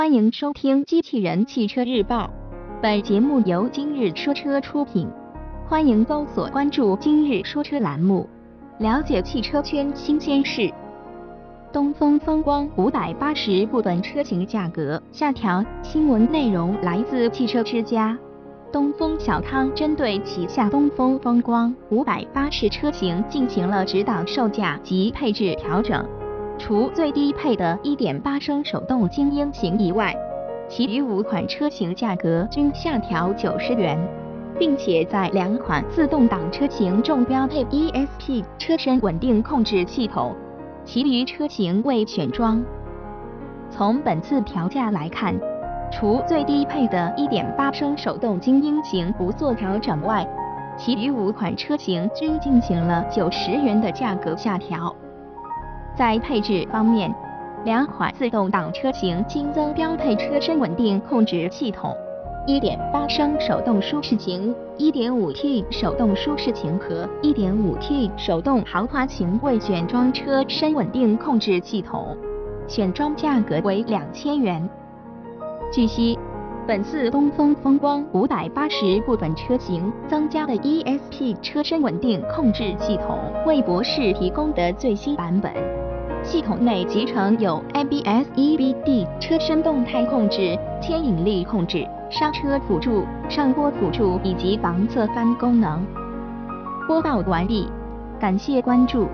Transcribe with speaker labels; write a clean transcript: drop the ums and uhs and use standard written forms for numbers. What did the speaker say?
Speaker 1: 欢迎收听机器人汽车日报，本节目由今日说车出品。欢迎搜索关注今日说车栏目，了解汽车圈新鲜事。东风风光580部分车型价格下调，新闻内容来自汽车之家。东风小康针对旗下东风风光580车型进行了指导售价及配置调整，除最低配的 1.8 升手动精英型以外，其余5款车型价格均下调90元，并且在2款自动挡车型中标配 ESP 车身稳定控制系统，其余车型未选装。从本次调价来看，除最低配的 1.8 升手动精英型不做调整外，其余5款车型均进行了90元的价格下调。在配置方面，2款自动挡车型新增标配车身稳定控制系统、1.8 升手动舒适型、1.5T 手动舒适型和 1.5T 手动豪华型未选装车身稳定控制系统，选装价格为2000元。据悉，本次东风风光580部分车型增加的 ESP 车身稳定控制系统为博士提供的最新版本，系统内集成有 ABS、EBD 车身动态控制、牵引力控制、刹车辅助、上坡辅助以及防侧翻功能。播报完毕，感谢关注。